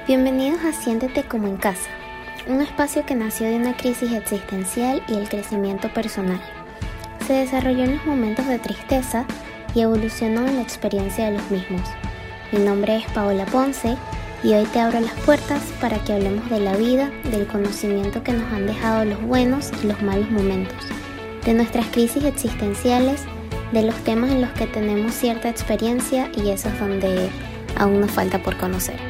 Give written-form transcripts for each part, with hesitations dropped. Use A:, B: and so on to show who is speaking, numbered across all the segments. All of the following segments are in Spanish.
A: Bienvenidos a Siéntete como en casa, un espacio que nació de una crisis existencial y el crecimiento personal. Se desarrolló en los momentos de tristeza y evolucionó en la experiencia de los mismos. Mi nombre es Paola Ponce y hoy te abro las puertas para que hablemos de la vida, del conocimiento que nos han dejado los buenos y los malos momentos, de nuestras crisis existenciales, de los temas en los que tenemos cierta experiencia y esos donde aún nos falta por conocer.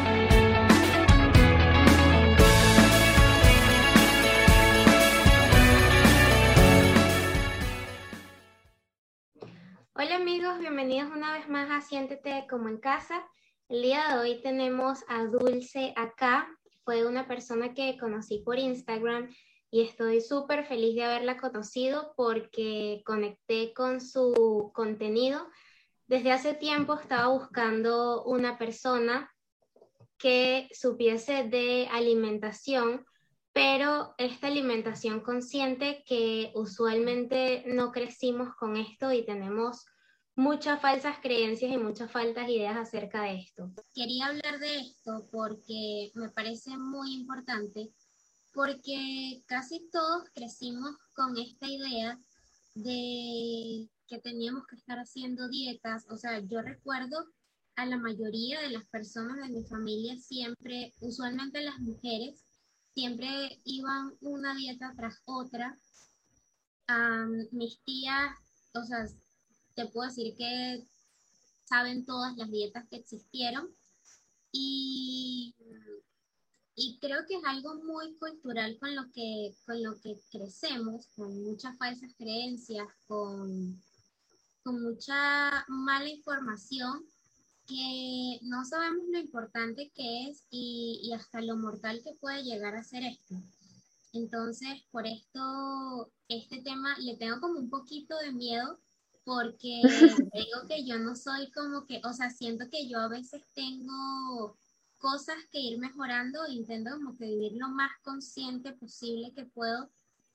A: Hola amigos, bienvenidos una vez más a Siéntete como en casa. El día de hoy tenemos a Dulce acá. Fue una persona que conocí por Instagram y estoy súper feliz de haberla conocido porque conecté con su contenido. Desde hace tiempo estaba buscando una persona que supiese de alimentación, pero esta alimentación consciente que usualmente no crecimos con esto y tenemos muchas falsas creencias y muchas falsas ideas acerca de esto. Quería hablar de esto porque me parece muy importante, porque casi todos crecimos con esta idea de que teníamos que estar haciendo dietas. O sea, yo recuerdo a la mayoría de las personas de mi familia siempre, usualmente las mujeres, siempre iban una dieta tras otra. Mis tías, o sea, te puedo decir que saben todas las dietas que existieron y, y creo que es algo muy cultural con lo que crecemos, con muchas falsas creencias, con mucha mala información que no sabemos lo importante que es y hasta lo mortal que puede llegar a ser esto. Entonces, por esto, este tema le tengo como un poquito de miedo porque digo que yo no soy como que, o sea, siento que yo a veces tengo cosas que ir mejorando, intento como que vivir lo más consciente posible que puedo,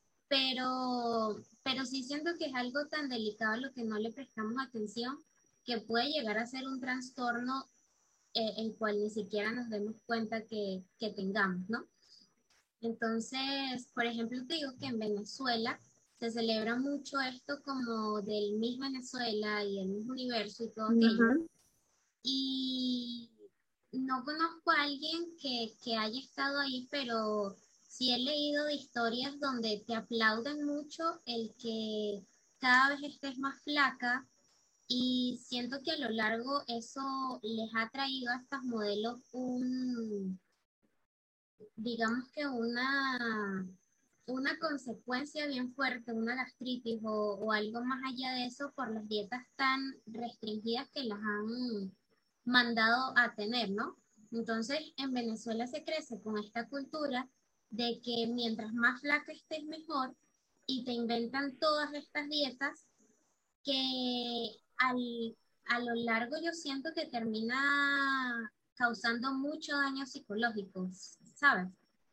A: pero sí siento que es algo tan delicado a lo que no le prestamos atención que puede llegar a ser un trastorno el cual ni siquiera nos demos cuenta que tengamos, ¿no? Entonces, por ejemplo, te digo que en Venezuela se celebra mucho esto como del Miss Venezuela y el Miss Universo y todo aquello.
B: Ujú.
A: Y no conozco a alguien que haya estado ahí, pero sí he leído de historias donde te aplauden mucho el que cada vez estés más flaca y siento que a lo largo eso les ha traído a estas modelos digamos que una consecuencia bien fuerte, una gastritis o algo más allá de eso por las dietas tan restringidas que las han mandado a tener, ¿no? Entonces, en Venezuela se crece con esta cultura de que mientras más flaca estés mejor y te inventan todas estas dietas que a lo largo yo siento que termina causando mucho daño psicológico, ¿sabes?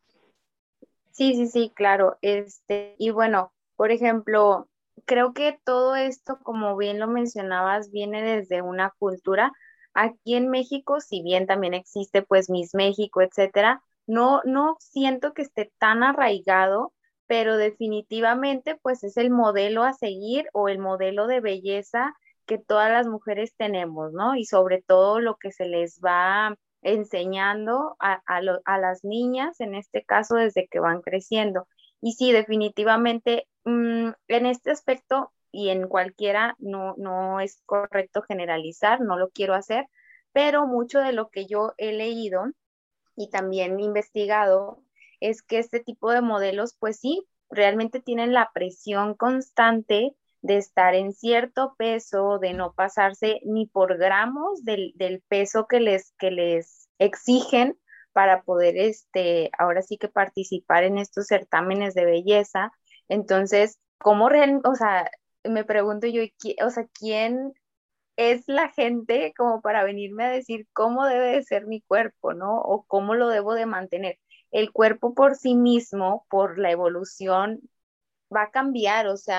B: Sí, claro. Y bueno, por ejemplo, creo que todo esto, como bien lo mencionabas, viene desde una cultura. Aquí en México, si bien también existe pues Miss México, etcétera, no siento que esté tan arraigado, pero definitivamente pues es el modelo a seguir o el modelo de belleza que todas las mujeres tenemos, ¿no? Y sobre todo lo que se les va enseñando a las niñas, en este caso, desde que van creciendo. Y sí, definitivamente, en este aspecto y en cualquiera, no es correcto generalizar, no lo quiero hacer, pero mucho de lo que yo he leído y también investigado es que este tipo de modelos, pues sí, realmente tienen la presión constante de estar en cierto peso, de no pasarse ni por gramos del peso que les exigen para poder, ahora sí que participar en estos certámenes de belleza. Entonces, o sea, me pregunto yo, o sea, ¿quién es la gente como para venirme a decir cómo debe de ser mi cuerpo, ¿no? O cómo lo debo de mantener? El cuerpo por sí mismo, por la evolución, va a cambiar, o sea,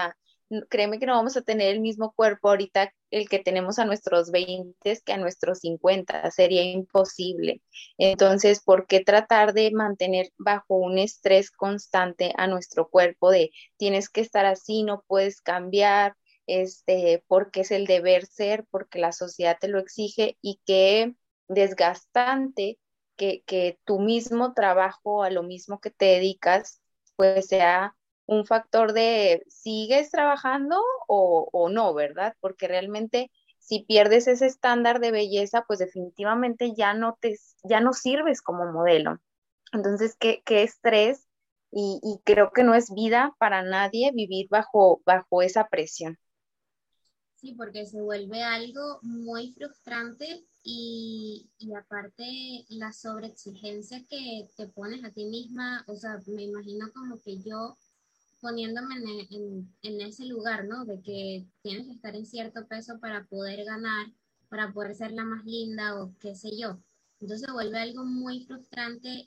B: créeme que no vamos a tener el mismo cuerpo ahorita el que tenemos a nuestros 20 que a nuestros 50, sería imposible. Entonces, ¿por qué tratar de mantener bajo un estrés constante a nuestro cuerpo de tienes que estar así, no puedes cambiar, porque es el deber ser, porque la sociedad te lo exige y qué desgastante que tu mismo trabajo, a lo mismo que te dedicas, pues sea un factor de sigues trabajando o no, ¿verdad? Porque realmente si pierdes ese estándar de belleza, pues definitivamente ya no sirves como modelo. Entonces, qué estrés y creo que no es vida para nadie vivir bajo esa presión.
A: Sí, porque se vuelve algo muy frustrante y aparte la sobreexigencia que te pones a ti misma, o sea, me imagino como que yo poniéndome en ese lugar, ¿no? De que tienes que estar en cierto peso para poder ganar, para poder ser la más linda o qué sé yo. Entonces se vuelve algo muy frustrante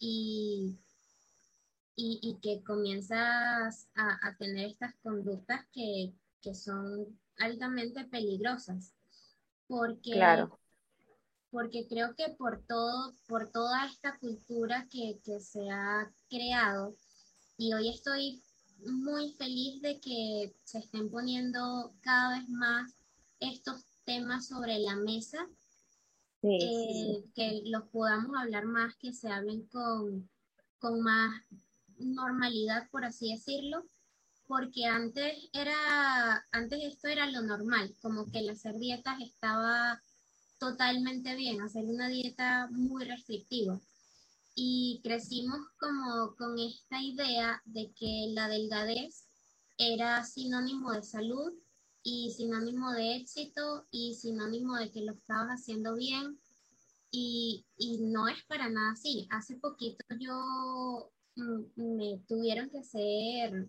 A: y que comienzas a tener estas conductas que son altamente peligrosas, porque,
B: Claro.
A: porque creo que por toda esta cultura que se ha creado, y hoy estoy muy feliz de que se estén poniendo cada vez más estos temas sobre la mesa,
B: Sí, sí, sí.
A: que los podamos hablar más, que se hablen con más normalidad, por así decirlo, porque antes esto era lo normal, como que el hacer dietas estaba totalmente bien, hacer una dieta muy restrictiva. Y crecimos como con esta idea de que la delgadez era sinónimo de salud y sinónimo de éxito y sinónimo de que lo estabas haciendo bien y no es para nada así. Hace poquito yo me tuvieron que hacer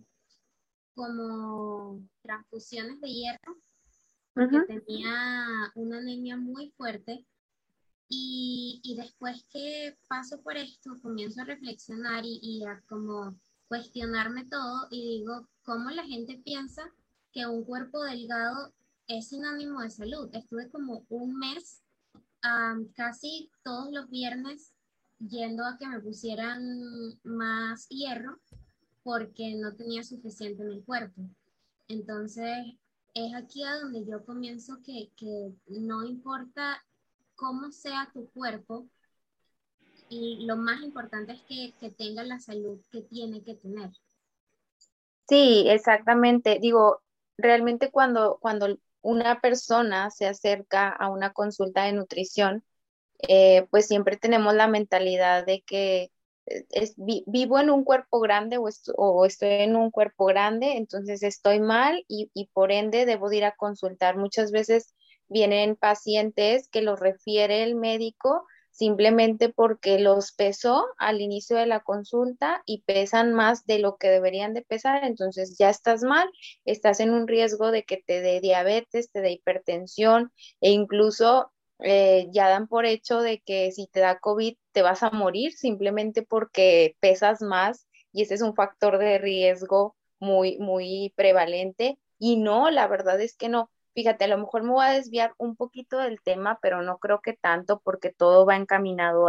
A: como transfusiones de hierro porque
B: Ujú.
A: tenía una anemia muy fuerte y después que paso por esto comienzo a reflexionar y a como cuestionarme todo y digo, ¿cómo la gente piensa que un cuerpo delgado es sinónimo de salud? Estuve como un mes casi todos los viernes yendo a que me pusieran más hierro porque no tenía suficiente en el cuerpo. Entonces, es aquí a donde yo comienzo que no importa cómo sea tu cuerpo, y lo más importante es que tenga la salud que tiene que tener.
B: Sí, exactamente. Digo, realmente cuando una persona se acerca a una consulta de nutrición, pues siempre tenemos la mentalidad de que vivo en un cuerpo grande o estoy en un cuerpo grande, entonces estoy mal y por ende debo de ir a consultar. Muchas veces vienen pacientes que los refiere el médico simplemente porque los pesó al inicio de la consulta y pesan más de lo que deberían de pesar, entonces ya estás mal, estás en un riesgo de que te dé diabetes, te dé hipertensión e incluso ya dan por hecho de que si te da COVID te vas a morir simplemente porque pesas más y ese es un factor de riesgo muy prevalente. Y no, la verdad es que no. Fíjate, a lo mejor me voy a desviar un poquito del tema, pero no creo que tanto porque todo va encaminado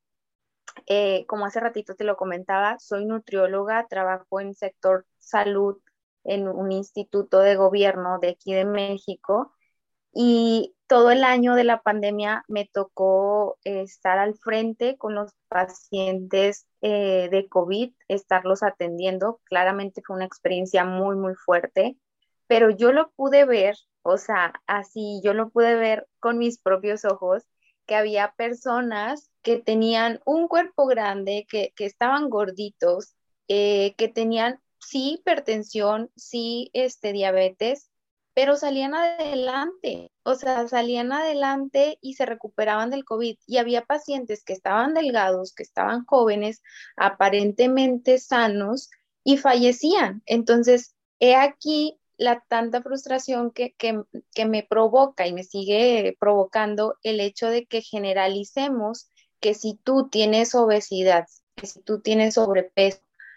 B: como hace ratito te lo comentaba, soy nutrióloga, trabajo en sector salud en un instituto de gobierno de aquí de México y todo el año de la pandemia me tocó estar al frente con los pacientes de COVID, estarlos atendiendo. Claramente fue una experiencia muy fuerte, pero yo lo pude ver, o sea, así yo lo pude ver con mis propios ojos, que había personas que tenían un cuerpo grande, que estaban gorditos, que tenían sí hipertensión, sí diabetes, pero salían adelante, o sea, salían adelante y se recuperaban del COVID. Y había pacientes que estaban delgados, que estaban jóvenes, aparentemente sanos y fallecían. Entonces, he aquí la tanta frustración que me provoca y me sigue provocando el hecho de que generalicemos que si tú tienes obesidad, que si tú tienes sobrepeso,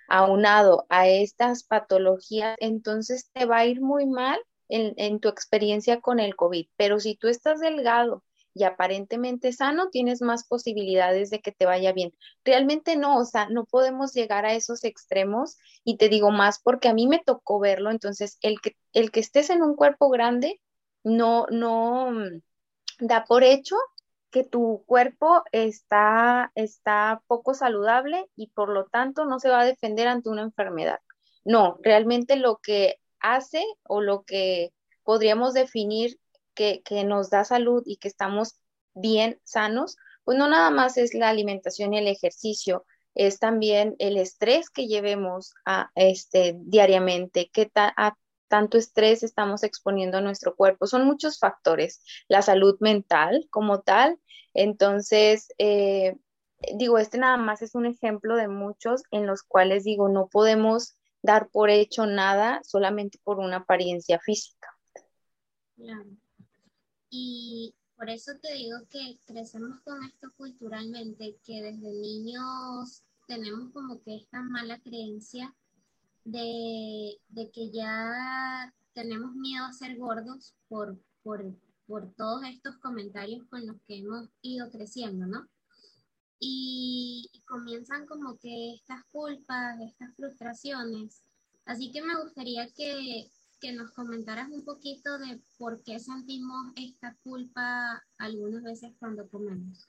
B: aunado a estas patologías, entonces te va a ir muy mal en tu experiencia con el COVID. Pero si tú estás delgado y aparentemente sano, tienes más posibilidades de que te vaya bien. Realmente no, o sea, no podemos llegar a esos extremos y te digo más porque a mí me tocó verlo, entonces el que estés en un cuerpo grande no da por hecho que tu cuerpo está poco saludable y por lo tanto no se va a defender ante una enfermedad. No, realmente lo que hace o lo que podríamos definir que nos da salud y que estamos bien sanos, pues no nada más es la alimentación y el ejercicio, es también el estrés que llevemos diariamente, a tanto estrés estamos exponiendo a nuestro cuerpo. Son muchos factores, la salud mental como tal. Entonces, digo, este nada más es un ejemplo de muchos en los cuales digo, no podemos dar por hecho nada solamente por una apariencia física.
A: Claro. Y por eso te digo que crecemos con esto culturalmente, que desde niños tenemos como que esta mala creencia de que ya tenemos miedo a ser gordos por todos estos comentarios con los que hemos ido creciendo, ¿no? Y comienzan como que estas culpas, estas frustraciones. Así que me gustaría que nos comentaras un poquito de por qué sentimos esta culpa algunas veces cuando comemos.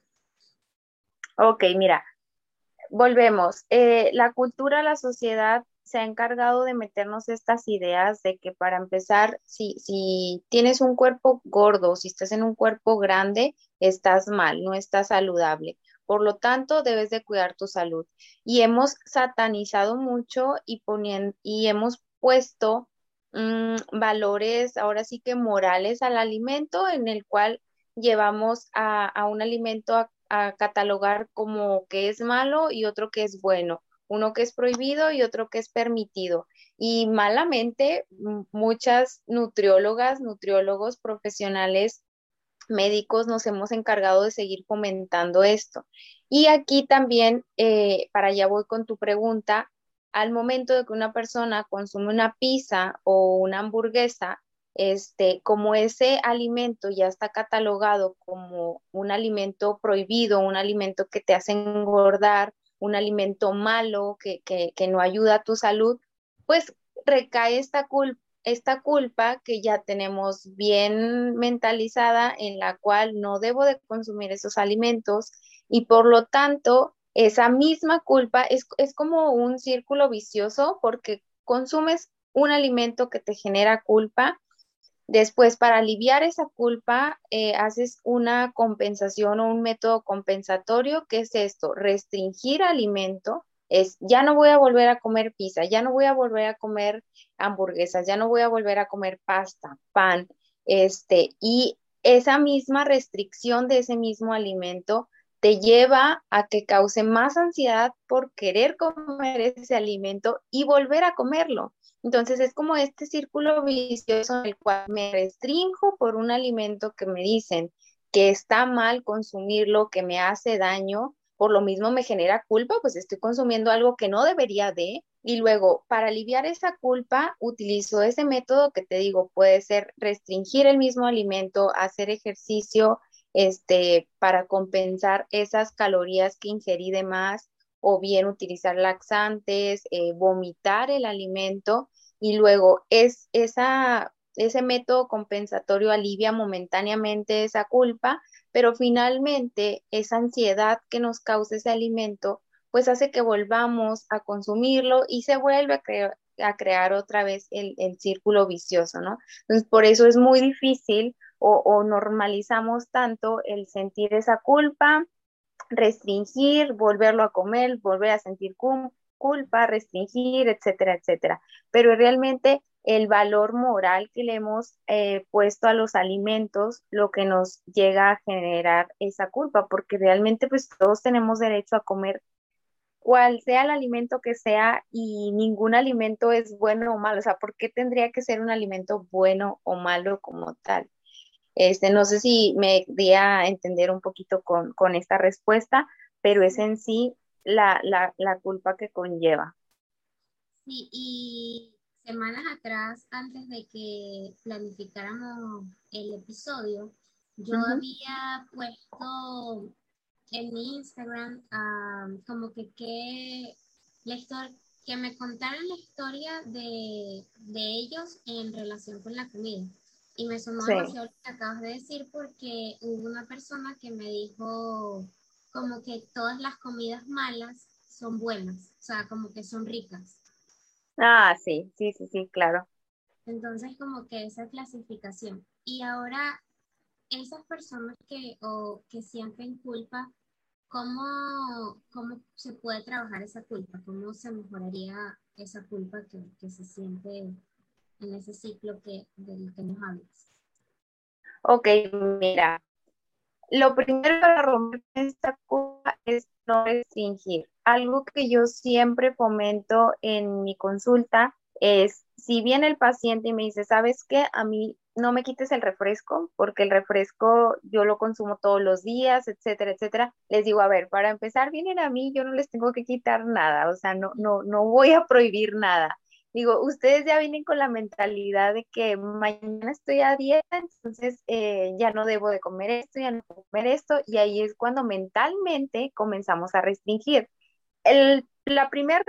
B: Ok, mira, volvemos. La cultura, la sociedad se ha encargado de meternos estas ideas de que para empezar, si tienes un cuerpo gordo, si estás en un cuerpo grande, estás mal, no estás saludable. Por lo tanto, debes de cuidar tu salud. Y hemos satanizado mucho y hemos puesto valores, ahora sí que morales al alimento, en el cual llevamos a un alimento a catalogar como que es malo y otro que es bueno, uno que es prohibido y otro que es permitido. Y malamente, muchas nutriólogas, nutriólogos profesionales, médicos nos hemos encargado de seguir fomentando esto. Y aquí también, para allá voy con tu pregunta, al momento de que una persona consume una pizza o una hamburguesa, como ese alimento ya está catalogado como un alimento prohibido, un alimento que te hace engordar, un alimento malo que no ayuda a tu salud, pues recae esta culpa que ya tenemos bien mentalizada, en la cual no debo de consumir esos alimentos y por lo tanto esa misma culpa es como un círculo vicioso porque consumes un alimento que te genera culpa. Después, para aliviar esa culpa, haces una compensación o un método compensatorio. ¿Qué es esto? Restringir alimento. Es, ya no voy a volver a comer pizza, ya no voy a volver a comer hamburguesas, ya no voy a volver a comer pasta, pan, y esa misma restricción de ese mismo alimento te lleva a que cause más ansiedad por querer comer ese alimento y volver a comerlo. Entonces es como este círculo vicioso en el cual me restrinjo por un alimento que me dicen que está mal consumirlo, que me hace daño, por lo mismo me genera culpa, pues estoy consumiendo algo que no debería de. Y luego, para aliviar esa culpa, utilizo ese método que te digo, puede ser restringir el mismo alimento, hacer ejercicio, para compensar esas calorías que ingerí de más, o bien utilizar laxantes, vomitar el alimento y luego ese método compensatorio alivia momentáneamente esa culpa, pero finalmente esa ansiedad que nos causa ese alimento, pues hace que volvamos a consumirlo y se vuelve a crear otra vez el círculo vicioso, ¿no? Entonces, por eso es muy difícil o normalizamos tanto el sentir esa culpa, restringir, volverlo a comer, volver a sentir culpa, restringir, etcétera, etcétera. Pero realmente el valor moral que le hemos puesto a los alimentos, lo que nos llega a generar esa culpa, porque realmente pues todos tenemos derecho a comer cual sea el alimento que sea y ningún alimento es bueno o malo. O sea, ¿por qué tendría que ser un alimento bueno o malo como tal? No sé si me di a entender un poquito con esta respuesta, pero es en sí la culpa que conlleva.
A: Sí, y semanas atrás, antes de que planificáramos el episodio, yo
B: Ujú.
A: había puesto en mi Instagram como que la historia, que me contaran la historia de ellos en relación con la comida. Y me sonó
B: Sí.
A: demasiado lo que acabas de decir porque hubo una persona que me dijo como que todas las comidas malas son buenas, o sea, como que son ricas.
B: Ah, sí, sí, sí, sí, claro.
A: Entonces, como que esa clasificación. Y ahora, esas personas que sienten culpa, ¿cómo se puede trabajar esa culpa? ¿Cómo se mejoraría esa culpa que se siente en ese ciclo del que nos hablas?
B: Ok, mira, lo primero para romper esta culpa es no restringir. Algo que yo siempre fomento en mi consulta es, si viene el paciente y me dice, ¿sabes qué? A mí no me quites el refresco, porque el refresco yo lo consumo todos los días, etcétera, etcétera. Les digo, a ver, para empezar, vienen a mí, yo no les tengo que quitar nada, o sea, no voy a prohibir nada. Digo, ustedes ya vienen con la mentalidad de que mañana estoy a dieta, entonces ya no debo de comer esto, ya no puedo comer esto, y ahí es cuando mentalmente comenzamos a restringir. La primera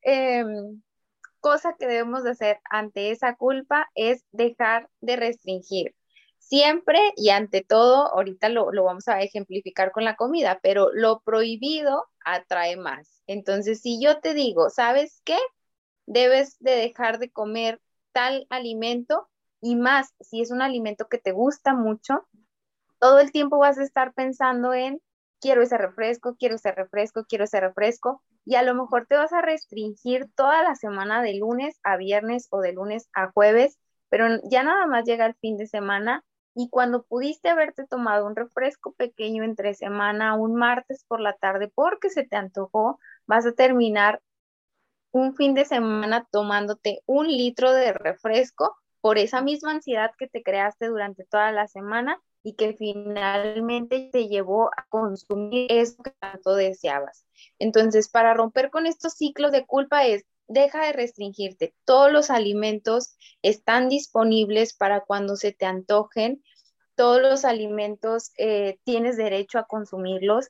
B: cosa que debemos de hacer ante esa culpa es dejar de restringir. Siempre y ante todo, ahorita lo vamos a ejemplificar con la comida, pero lo prohibido atrae más. Entonces, si yo te digo, ¿sabes qué? Debes de dejar de comer tal alimento y más si es un alimento que te gusta mucho, todo el tiempo vas a estar pensando en quiero ese refresco, quiero ese refresco, quiero ese refresco y a lo mejor te vas a restringir toda la semana de lunes a viernes o de lunes a jueves, pero ya nada más llega el fin de semana y cuando pudiste haberte tomado un refresco pequeño entre semana, un martes por la tarde porque se te antojó, vas a terminar un fin de semana tomándote 1 litro de refresco por esa misma ansiedad que te creaste durante toda la semana y que finalmente te llevó a consumir eso que tanto deseabas. Entonces, para romper con estos ciclos de culpa es, deja de restringirte. Todos los alimentos están disponibles para cuando se te antojen. Todos los alimentos tienes derecho a consumirlos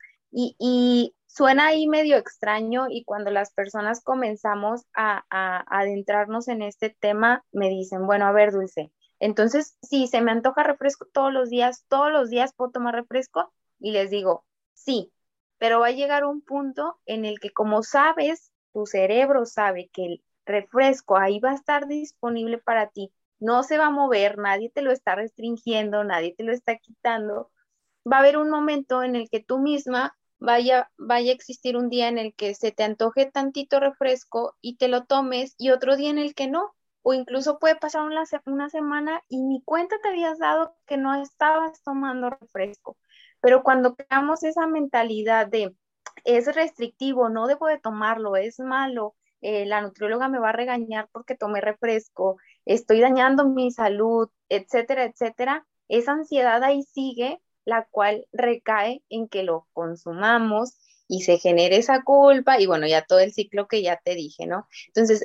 B: y suena ahí medio extraño y cuando las personas comenzamos a adentrarnos en este tema, me dicen, bueno, a ver, Dulce, entonces si se me antoja refresco todos los días puedo tomar refresco y les digo, sí, pero va a llegar un punto en el que como sabes, tu cerebro sabe que el refresco ahí va a estar disponible para ti, no se va a mover, nadie te lo está restringiendo, nadie te lo está quitando, va a haber un momento en el que tú misma vaya a existir un día en el que se te antoje tantito refresco y te lo tomes y otro día en el que no. O incluso puede pasar una semana y ni cuenta te habías dado que no estabas tomando refresco. Pero cuando creamos esa mentalidad de es restrictivo, no debo de tomarlo, es malo, la nutrióloga me va a regañar porque tomé refresco, estoy dañando mi salud, etcétera, etcétera, esa ansiedad ahí sigue, la cual recae en que lo consumamos y se genere esa culpa y bueno, ya todo el ciclo que ya te dije, ¿no? Entonces,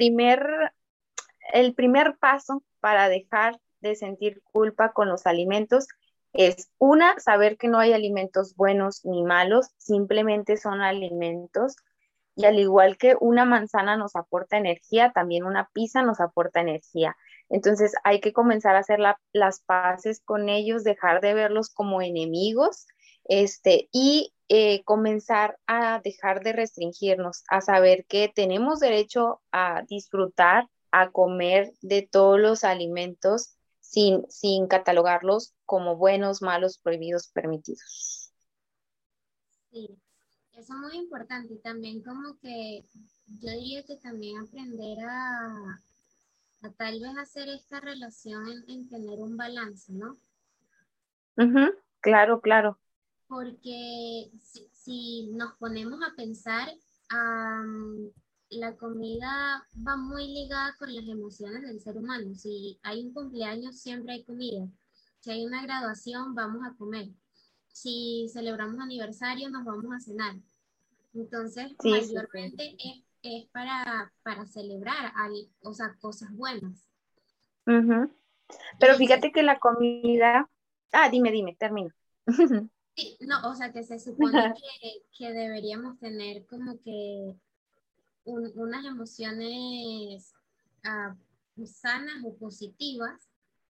B: el primer paso para dejar de sentir culpa con los alimentos es, una, saber que no hay alimentos buenos ni malos, simplemente son alimentos. Y al igual que una manzana nos aporta energía, también una pizza nos aporta energía. Entonces hay que comenzar a hacer las paces con ellos, dejar de verlos como enemigos, y comenzar a dejar de restringirnos, a saber que tenemos derecho a disfrutar, a comer de todos los alimentos sin catalogarlos como buenos, malos, prohibidos, permitidos.
A: Sí, eso es muy importante y también como que yo diría que también aprender a tal vez hacer esta relación en tener un balance, ¿no?
B: Ujú, claro, claro.
A: Porque si nos ponemos a pensar, am, la comida va muy ligada con las emociones del ser humano. Si hay un cumpleaños, siempre hay comida. Si hay una graduación, vamos a comer. Si celebramos aniversario, nos vamos a cenar. Entonces,
B: Sí, sí, sí.
A: mayormente es es para celebrar, o sea, cosas buenas.
B: Ujú.
A: Y
B: Pero
A: en ese
B: fíjate que la comida, dime, termino.
A: sí, no, o sea, que se supone que deberíamos tener como que unas emociones ah, sanas o positivas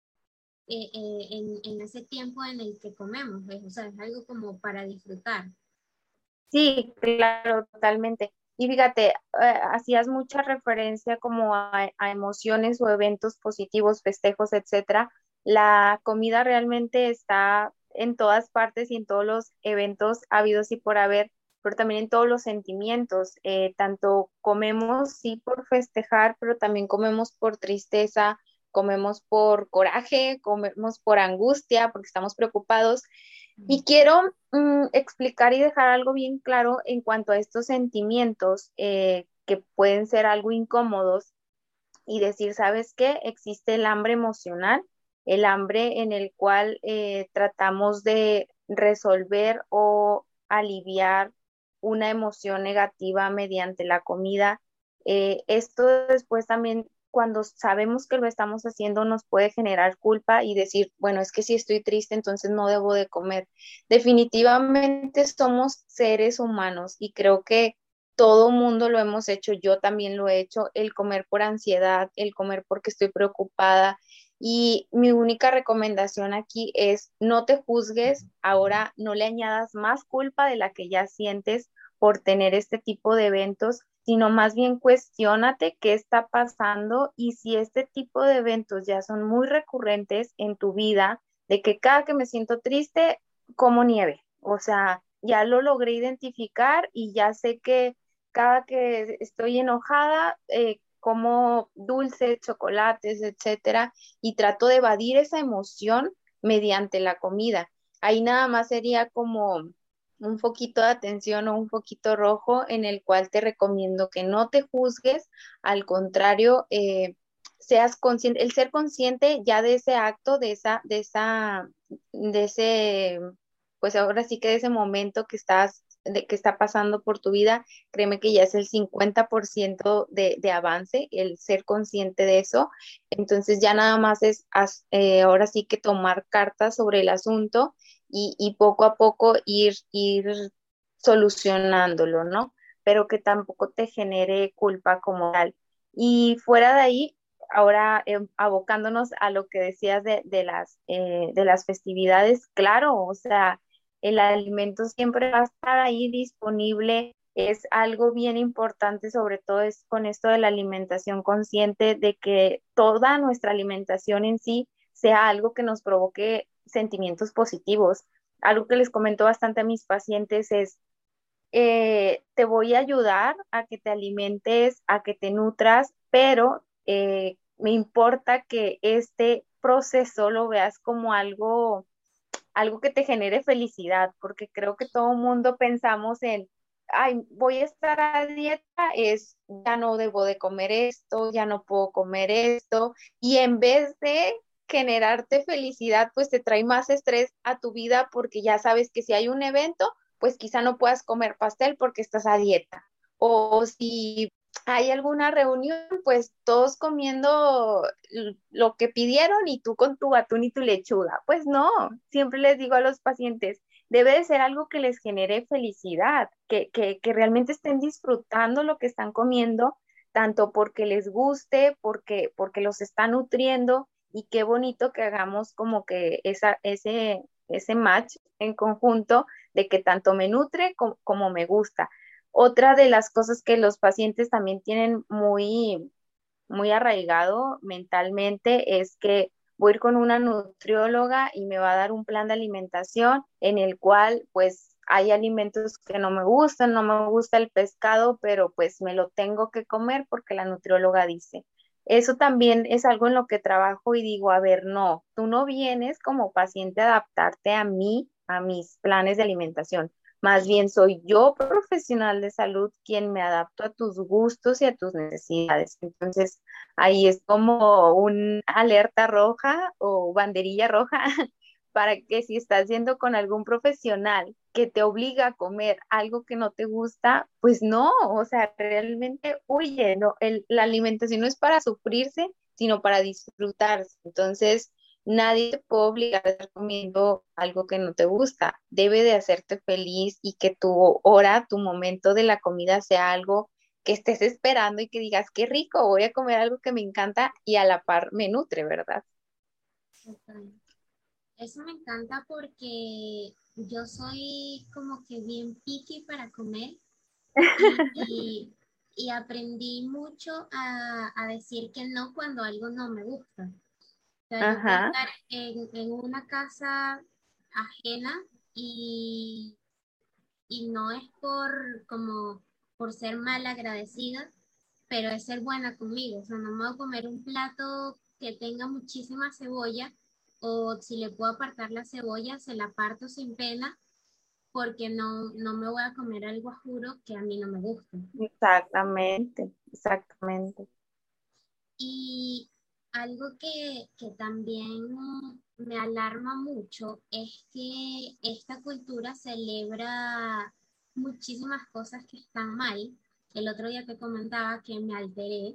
A: en ese tiempo en el que comemos, ¿ves? O sea, es algo como para disfrutar.
B: Sí, claro, totalmente. Y fíjate, hacías mucha referencia como a emociones o eventos positivos, festejos, etcétera. La comida realmente está en todas partes y en todos los eventos habidos y por haber, pero también en todos los sentimientos. Tanto comemos, sí, por festejar, pero también comemos por tristeza, comemos por coraje, comemos por angustia, porque estamos preocupados. Y quiero explicar y dejar algo bien claro en cuanto a estos sentimientos que pueden ser algo incómodos y decir, ¿sabes qué? Existe el hambre emocional, el hambre en el cual tratamos de resolver o aliviar una emoción negativa mediante la comida. Esto después también, cuando sabemos que lo estamos haciendo, nos puede generar culpa y decir, bueno, es que si estoy triste, entonces no debo de comer. Definitivamente somos seres humanos y creo que todo mundo lo hemos hecho, yo también lo he hecho, el comer por ansiedad, el comer porque estoy preocupada. Y mi única recomendación aquí es no te juzgues, ahora no le añadas más culpa de la que ya sientes por tener este tipo de eventos, sino más bien cuestiónate qué está pasando y si este tipo de eventos ya son muy recurrentes en tu vida, de que cada que me siento triste, como nieve. O sea, ya lo logré identificar y ya sé que cada que estoy enojada, como dulces, chocolates, etcétera, y trato de evadir esa emoción mediante la comida. Ahí nada más sería como un foquito de atención o un foquito rojo en el cual te recomiendo que no te juzgues, al contrario, seas consciente, el ser consciente ya de ese acto, de ese, pues ahora sí que de ese momento que está pasando por tu vida, créeme que ya es el 50% de avance, el ser consciente de eso. Entonces ya nada más es ahora sí que tomar cartas sobre el asunto y poco a poco ir solucionándolo, ¿no? Pero que tampoco te genere culpa como tal. Y fuera de ahí, ahora abocándonos a lo que decías de las festividades, claro, o sea, el alimento siempre va a estar ahí disponible. Es algo bien importante, sobre todo es con esto de la alimentación consciente, de que toda nuestra alimentación en sí sea algo que nos provoque sentimientos positivos. Algo que les comento bastante a mis pacientes es, te voy a ayudar a que te alimentes, a que te nutras, pero me importa que este proceso lo veas como algo que te genere felicidad, porque creo que todo el mundo pensamos en, ay, voy a estar a dieta, ya no debo de comer esto, ya no puedo comer esto, y en vez de generarte felicidad, pues te trae más estrés a tu vida porque ya sabes que si hay un evento, pues quizá no puedas comer pastel porque estás a dieta. O si hay alguna reunión, pues todos comiendo lo que pidieron y tú con tu atún y tu lechuga. Pues no, siempre les digo a los pacientes, debe de ser algo que les genere felicidad, que realmente estén disfrutando lo que están comiendo, tanto porque les guste, porque los está nutriendo y qué bonito que hagamos como que ese match en conjunto de que tanto me nutre como me gusta. Otra de las cosas que los pacientes también tienen muy arraigado mentalmente es que voy a ir con una nutrióloga y me va a dar un plan de alimentación en el cual pues hay alimentos que no me gustan, no me gusta el pescado, pero pues me lo tengo que comer porque la nutrióloga dice. Eso también es algo en lo que trabajo y digo, a ver, no, tú no vienes como paciente a adaptarte a mí, a mis planes de alimentación. Más bien soy yo, profesional de salud, quien me adapto a tus gustos y a tus necesidades. Entonces, ahí es como un alerta roja o banderilla roja para que si estás yendo con algún profesional que te obliga a comer algo que no te gusta, pues no, o sea, realmente huye, no, la alimentación no es para sufrirse, sino para disfrutarse. Entonces, nadie te puede obligar a estar comiendo algo que no te gusta. Debe de hacerte feliz y que tu hora, tu momento de la comida sea algo que estés esperando y que digas, qué rico, voy a comer algo que me encanta y a la par me nutre, ¿verdad?
A: Total. Eso me encanta porque yo soy como que bien picky para comer y, y- y aprendí mucho a decir que no cuando algo no me gusta. O sea, yo puedo
B: Ajá.
A: estar en una casa ajena y, y no es por como por ser mal agradecida, pero es ser buena conmigo. O sea, no me voy a comer un plato que tenga muchísima cebolla o si le puedo apartar la cebolla, se la aparto sin pena porque no me voy a comer algo a juro que a mí no me gusta.
B: Exactamente, exactamente.
A: Y algo que también me alarma mucho es que esta cultura celebra muchísimas cosas que están mal. El otro día te comentaba que me alteré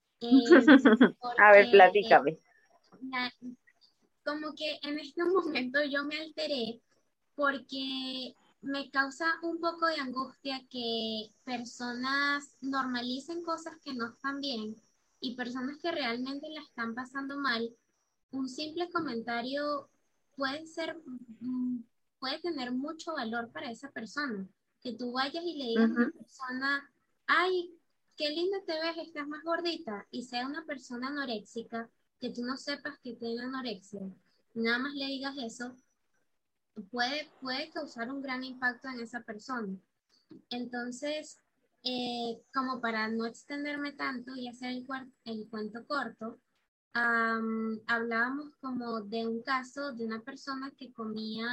B: A ver,
A: porque
B: platícame.
A: la- como que en este momento yo me alteré porque me causa un poco de angustia que personas normalicen cosas que no están bien y personas que realmente la están pasando mal, un simple comentario puede ser, puede tener mucho valor para esa persona. Que tú vayas y le digas a una
B: Ujú.
A: persona, ay, qué linda te ves, estás más gordita, y sea una persona anoréxica, que tú no sepas que tiene anorexia, nada más le digas eso, puede causar un gran impacto en esa persona. Entonces, como para no extenderme tanto y hacer el cuento corto, hablábamos como de un caso de una persona que comía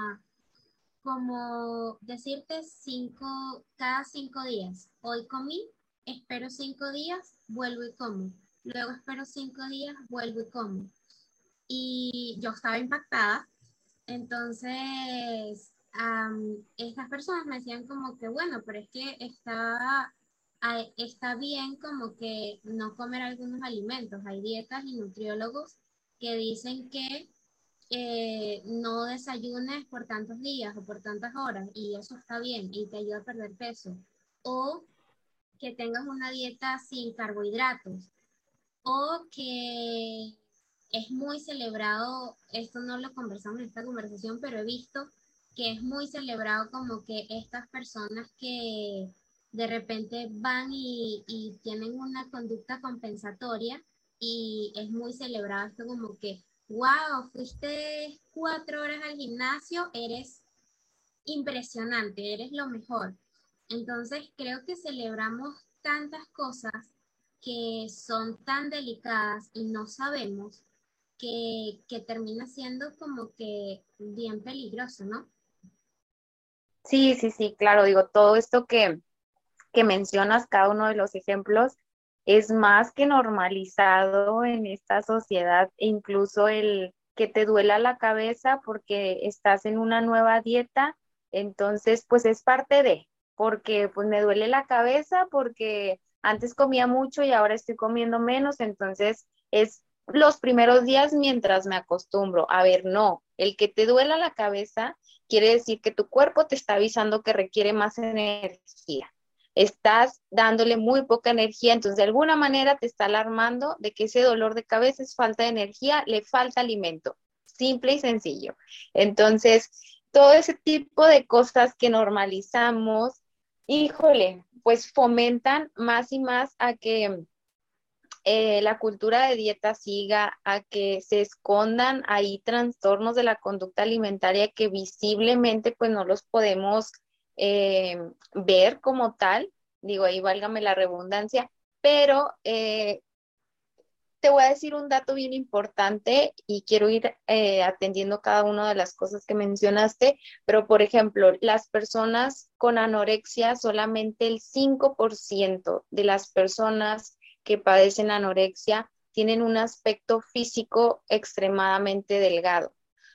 A: como decirte cada 5 días. Hoy comí, espero 5 días, vuelvo y como. Luego espero 5 días, vuelvo y como. Y yo estaba impactada. Entonces, estas personas me decían como que, bueno, pero es que está bien como que no comer algunos alimentos. Hay dietas y nutriólogos que dicen que no desayunes por tantos días o por tantas horas y eso está bien y te ayuda a perder peso. O que tengas una dieta sin carbohidratos o que es muy celebrado, esto no lo conversamos en esta conversación, pero he visto que es muy celebrado como que estas personas que de repente van y tienen una conducta compensatoria y es muy celebrado esto como que, wow, fuiste 4 horas al gimnasio, eres impresionante, eres lo mejor. Entonces creo que celebramos tantas cosas que son tan delicadas y no sabemos que termina siendo como que bien peligroso, ¿no?
B: Sí, sí, sí, claro, digo, todo esto que mencionas, cada uno de los ejemplos, es más que normalizado en esta sociedad, e incluso el que te duela la cabeza porque estás en una nueva dieta, entonces pues es parte de, porque pues me duele la cabeza porque antes comía mucho y ahora estoy comiendo menos, entonces es los primeros días mientras me acostumbro. A ver, no, el que te duela la cabeza quiere decir que tu cuerpo te está avisando que requiere más energía, estás dándole muy poca energía, entonces de alguna manera te está alarmando de que ese dolor de cabeza es falta de energía, le falta alimento, simple y sencillo. Entonces, todo ese tipo de cosas que normalizamos, híjole, pues fomentan más y más a que la cultura de dieta siga, a que se escondan ahí trastornos de la conducta alimentaria que visiblemente pues no los podemos ver como tal, digo ahí válgame la redundancia, pero te voy a decir un dato bien importante y quiero ir atendiendo cada una de las cosas que mencionaste, pero por ejemplo, las personas con anorexia, solamente el 5% de las personas que padecen anorexia tienen un aspecto físico extremadamente delgado.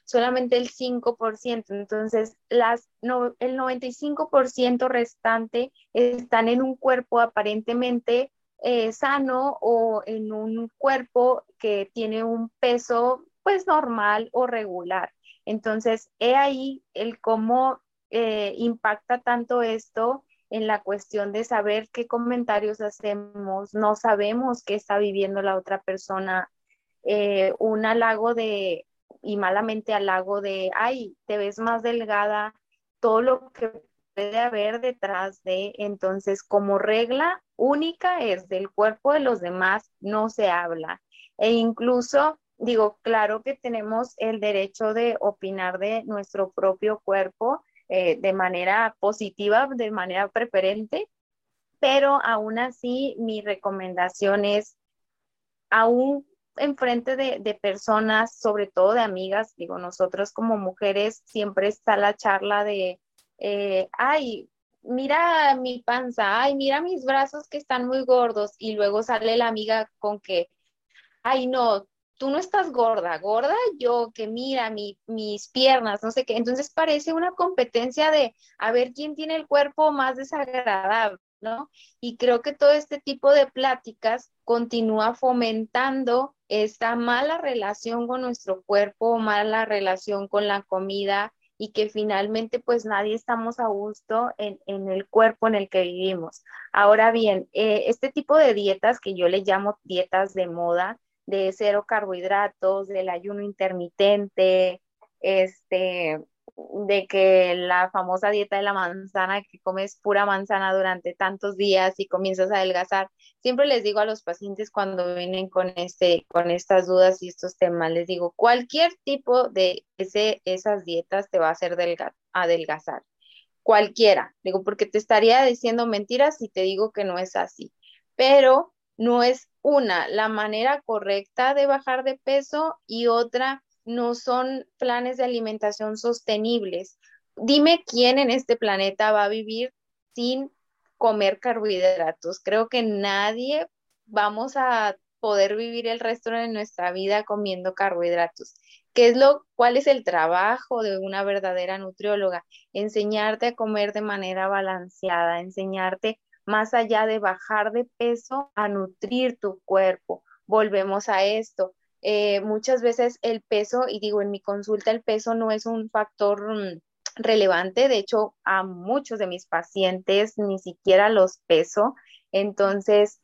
B: solamente el 5%. Entonces, el 95% restante están en un cuerpo aparentemente sano o en un cuerpo que tiene un peso pues normal o regular. Entonces, he ahí el cómo impacta tanto esto en la cuestión de saber qué comentarios hacemos, no sabemos qué está viviendo la otra persona, un halago y malamente halago de, ay, te ves más delgada, todo lo que puede haber detrás de, entonces como regla única es del cuerpo de los demás no se habla. E incluso, digo, claro que tenemos el derecho de opinar de nuestro propio cuerpo de manera positiva, de manera preferente, pero aún así mi recomendación es aún enfrente de personas, sobre todo de amigas, digo, nosotros como mujeres siempre está la charla de, ay, mira mi panza, ay, mira mis brazos que están muy gordos, y luego sale la amiga con que, ay, no, tú no estás gorda, gorda yo, que mira mis piernas, no sé qué. Entonces parece una competencia de a ver quién tiene el cuerpo más desagradable, ¿no? Y creo que todo este tipo de pláticas continúa fomentando esta mala relación con nuestro cuerpo, mala relación con la comida y que finalmente pues nadie estamos a gusto en el cuerpo en el que vivimos. Ahora bien, este tipo de dietas que yo le llamo dietas de moda, de cero carbohidratos, del ayuno intermitente, de que la famosa dieta de la manzana, que comes pura manzana durante tantos días y comienzas a adelgazar. Siempre les digo a los pacientes cuando vienen con estas dudas y estos temas, les digo, cualquier tipo de esas dietas te va a hacer adelgazar. Cualquiera, digo, porque te estaría diciendo mentiras si te digo que no es así, pero no es una, la manera correcta de bajar de peso y otra, no son planes de alimentación sostenibles. Dime quién en este planeta va a vivir sin comer carbohidratos. Creo que nadie vamos a poder vivir el resto de nuestra vida comiendo carbohidratos. ¿Cuál es el trabajo de una verdadera nutrióloga? Enseñarte a comer de manera balanceada, enseñarte más allá de bajar de peso, a nutrir tu cuerpo. Volvemos a esto. Muchas veces el peso, y digo, en mi consulta el peso no es un factor relevante, de hecho a muchos de mis pacientes ni siquiera los peso, entonces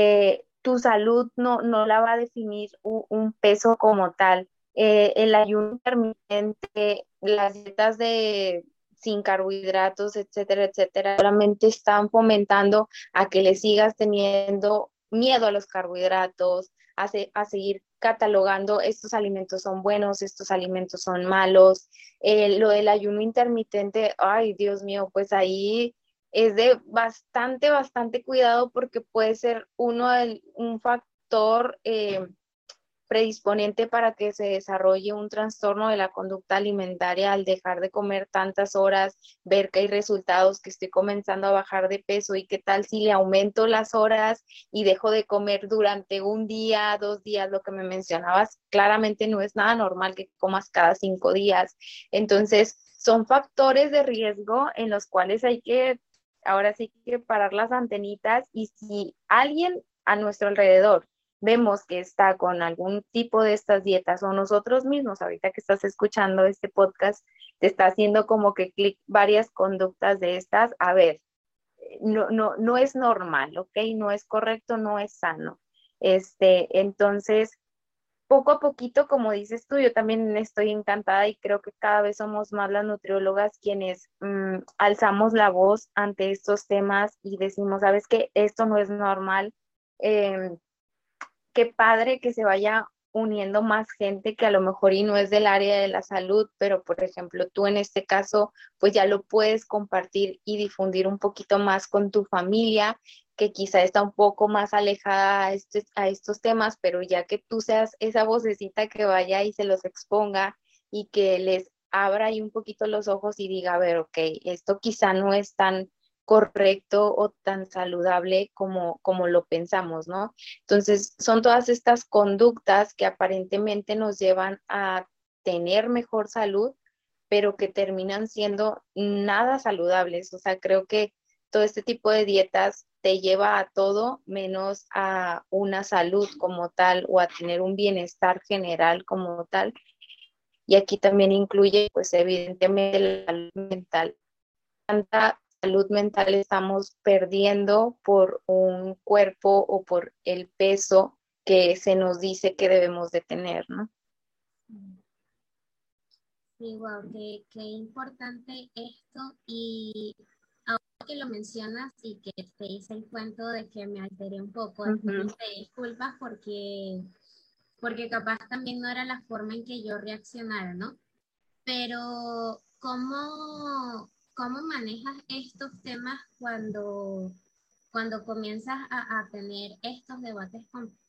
B: tu salud no la va a definir un peso como tal. El ayuno intermitente, las dietas de sin carbohidratos, etcétera, etcétera, solamente están fomentando a que le sigas teniendo miedo a los carbohidratos, a seguir catalogando estos alimentos son buenos, estos alimentos son malos. Lo del ayuno intermitente, ay, Dios mío, pues ahí es de bastante cuidado porque puede ser un factor predisponente para que se desarrolle un trastorno de la conducta alimentaria al dejar de comer tantas horas, ver que hay resultados, que estoy comenzando a bajar de peso y qué tal si le aumento las horas y dejo de comer durante un día, 2 días, lo que me mencionabas, claramente no es nada normal que comas cada 5 días. Entonces, son factores de riesgo en los cuales hay que, ahora sí que parar las antenitas y si alguien a nuestro alrededor vemos que está con algún tipo de estas dietas o nosotros mismos, ahorita que estás escuchando este podcast, te está haciendo como que clic varias conductas de estas, a ver, no es normal, ¿ok? No es correcto, no es sano. Entonces, poco a poquito, como dices tú, yo también estoy encantada y creo que cada vez somos más las nutriólogas quienes alzamos la voz ante estos temas y decimos, ¿sabes qué? Esto no es normal. Qué padre que se vaya uniendo más gente que a lo mejor y no es del área de la salud, pero por ejemplo tú en este caso pues ya lo puedes compartir y difundir un poquito más con tu familia, que quizá está un poco más alejada a estos temas, pero ya que tú seas esa vocecita que vaya y se los exponga y que les abra ahí un poquito los ojos y diga, a ver, ok, esto quizá no es tan correcto o tan saludable como lo pensamos, ¿no? Entonces, son todas estas conductas que aparentemente nos llevan a tener mejor salud, pero que terminan siendo nada saludables. O sea, creo que todo este tipo de dietas te lleva a todo menos a una salud como tal o a tener un bienestar general como tal. Y aquí también incluye, pues evidentemente, la salud mental. ¿Cuánta salud mental estamos perdiendo por un cuerpo o por el peso que se nos dice que debemos de tener, ¿no?
A: Sí, wow, qué importante esto. Y ahora que lo mencionas y que te hice el cuento de que me alteré un poco, después me pedí disculpas porque capaz también no era la forma en que yo reaccionara, ¿no? Pero, ¿cómo manejas estos temas cuando comienzas a tener estos debates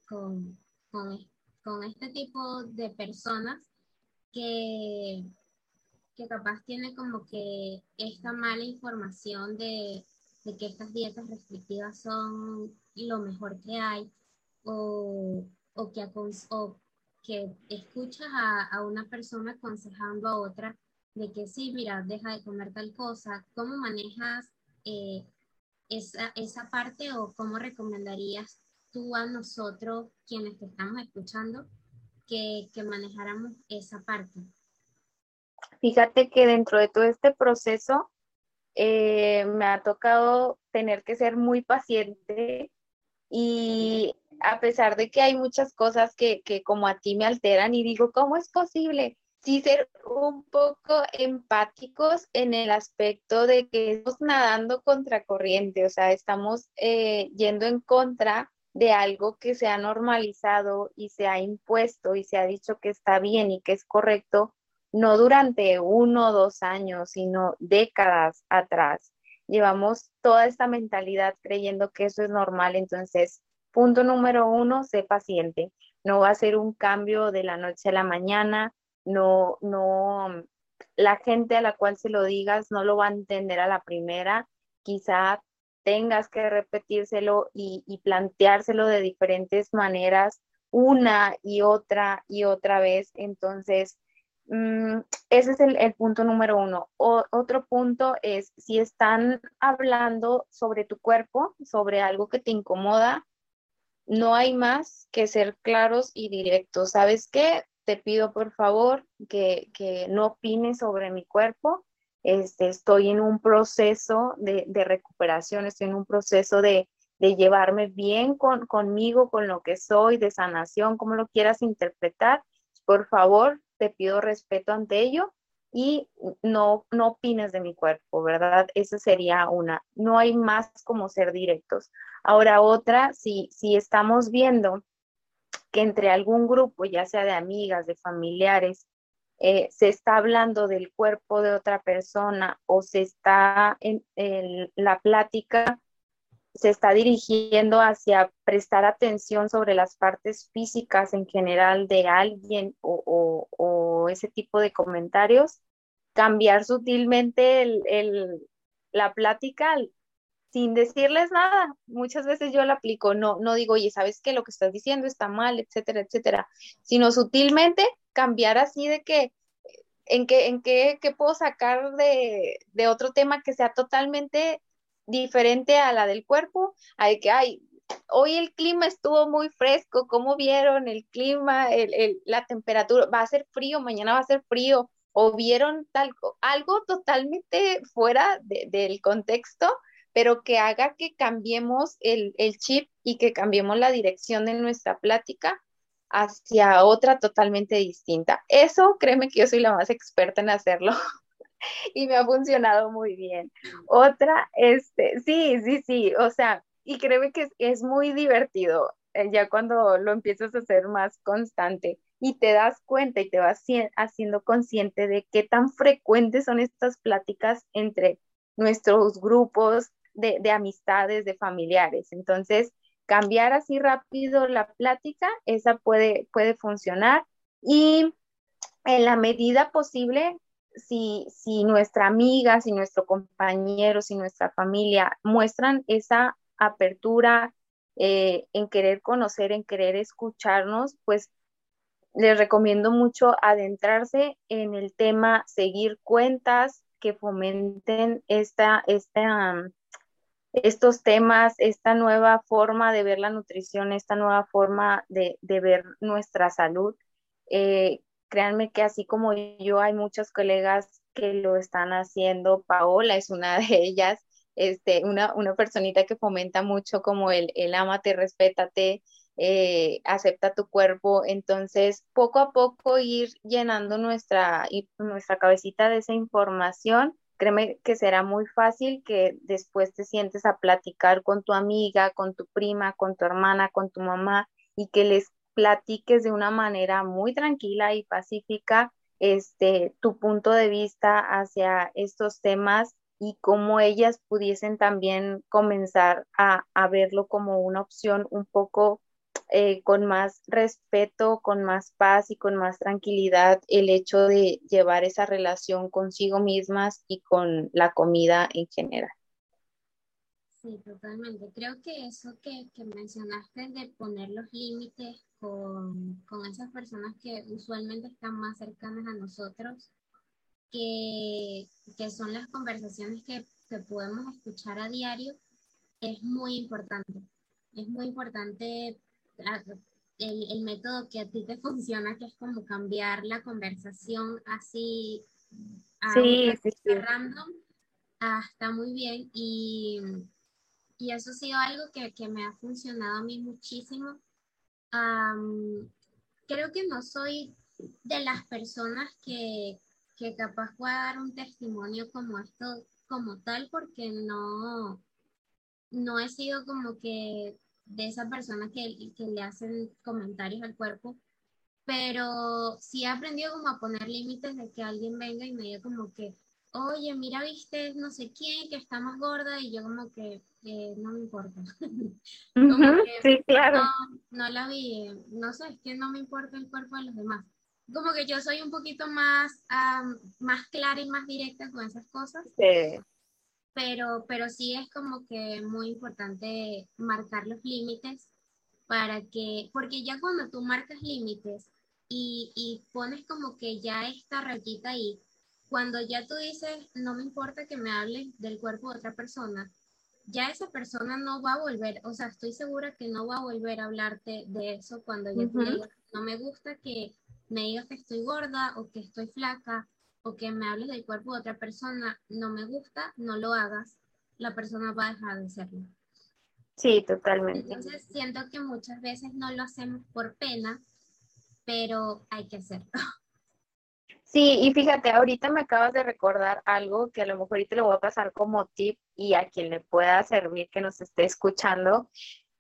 A: con, con este tipo de personas que, que capaz tiene como que esta mala información de que estas dietas restrictivas son lo mejor que hay o o que escuchas a una persona aconsejando a otra de que sí, mira, deja de comer tal cosa? ¿Cómo manejas eh, esa parte o cómo recomendarías tú a nosotros, quienes te estamos escuchando, que manejáramos esa parte?
B: Fíjate que dentro de todo este proceso me ha tocado tener que ser muy paciente y a pesar de que hay muchas cosas que como a ti me alteran y digo, ¿cómo es posible? Sí ser un poco empáticos en el aspecto de que estamos nadando contra corriente, o sea, estamos yendo en contra de algo que se ha normalizado y se ha impuesto y se ha dicho que está bien y que es correcto, no durante 1 o 2 años, sino décadas atrás. Llevamos toda esta mentalidad creyendo que eso es normal, entonces, punto número 1, sé paciente. No va a ser un cambio de la noche a la mañana, no, la gente a la cual se lo digas no lo va a entender a la primera, quizá tengas que repetírselo y planteárselo de diferentes maneras una y otra vez, entonces ese es el punto número 1. Otro punto es si están hablando sobre tu cuerpo, sobre algo que te incomoda, no hay más que ser claros y directos. ¿Sabes qué? Te pido por favor que no opines sobre mi cuerpo. Estoy en un proceso de recuperación, estoy en un proceso de llevarme bien conmigo, con lo que soy, de sanación, como lo quieras interpretar. Por favor, te pido respeto ante ello y no opines de mi cuerpo, ¿verdad? Esa sería una. No hay más como ser directos. Ahora otra, si estamos viendo que entre algún grupo, ya sea de amigas, de familiares, se está hablando del cuerpo de otra persona o se está en la plática se está dirigiendo hacia prestar atención sobre las partes físicas en general de alguien o ese tipo de comentarios, cambiar sutilmente la plática sin decirles nada. Muchas veces yo la aplico, no digo, oye, ¿sabes qué? Lo que estás diciendo está mal, etcétera, etcétera, sino sutilmente cambiar así de que qué puedo sacar de otro tema que sea totalmente diferente a la del cuerpo, hay que, ay, hoy el clima estuvo muy fresco, ¿cómo vieron el clima, la temperatura? Va a ser frío, mañana va a ser frío, o vieron algo totalmente fuera del contexto, pero que haga que cambiemos el chip y que cambiemos la dirección de nuestra plática hacia otra totalmente distinta. Eso, créeme que yo soy la más experta en hacerlo y me ha funcionado muy bien. Otra, sí, o sea, y créeme que es muy divertido ya cuando lo empiezas a hacer más constante y te das cuenta y te vas haciendo consciente de qué tan frecuentes son estas pláticas entre nuestros grupos de amistades, de familiares. Entonces, cambiar así rápido la plática, esa puede funcionar y en la medida posible, si nuestra amiga, si nuestro compañero, si nuestra familia muestran esa apertura en querer conocer, en querer escucharnos, pues les recomiendo mucho adentrarse en el tema, seguir cuentas que fomenten estos temas, esta nueva forma de ver la nutrición, esta nueva forma de ver nuestra salud. Créanme que así como yo, hay muchos colegas que lo están haciendo. Paola es una de ellas, una personita que fomenta mucho como el ámate, respétate, acepta tu cuerpo. Entonces, poco a poco ir llenando nuestra cabecita de esa información. Créeme que será muy fácil que después te sientes a platicar con tu amiga, con tu prima, con tu hermana, con tu mamá, y que les platiques de una manera muy tranquila y pacífica tu punto de vista hacia estos temas, y cómo ellas pudiesen también comenzar a verlo como una opción un poco con más respeto, con más paz y con más tranquilidad, el hecho de llevar esa relación consigo mismas y con la comida en general.
A: Sí, totalmente. Creo que eso que mencionaste de poner los límites con esas personas que usualmente están más cercanas a nosotros, que son las conversaciones que podemos escuchar a diario, es muy importante. Es muy importante ah, el método que a ti te funciona, que es como cambiar la conversación así a
B: Sí,
A: otra
B: sí,
A: cosa
B: sí.
A: random. Está muy bien y eso ha sido algo que me ha funcionado a mí muchísimo. Am, Creo que no soy de las personas que capaz pueda dar un testimonio como esto, como tal, porque no he sido como que de esa persona que le hacen comentarios al cuerpo, pero sí he aprendido como a poner límites de que alguien venga y me diga como que, oye, mira, viste no sé quién que está más gorda y yo como que no me importa. Como
B: Ujú,
A: que
B: sí,
A: no,
B: claro.
A: no la vi, no sé, es que no me importa el cuerpo de los demás. Como que yo soy un poquito más, más clara y más directa con esas cosas,
B: Sí.
A: pero sí es como que muy importante marcar los límites para que, porque ya cuando tú marcas límites y pones como que ya esta rayita ahí, cuando ya tú dices, no me importa que me hables del cuerpo de otra persona, ya esa persona no va a volver, o sea, estoy segura que no va a volver a hablarte de eso cuando ya tú le
B: Ujú.
A: digas, no me gusta que me digas que estoy gorda o que estoy flaca o que me hables del cuerpo de otra persona, no me gusta, no lo hagas, la persona va a dejar de serlo.
B: Sí, totalmente.
A: Entonces siento que muchas veces no lo hacemos por pena, pero hay que hacerlo.
B: Sí, y fíjate, ahorita me acabas de recordar algo que a lo mejor ahorita le voy a pasar como tip y a quien le pueda servir que nos esté escuchando.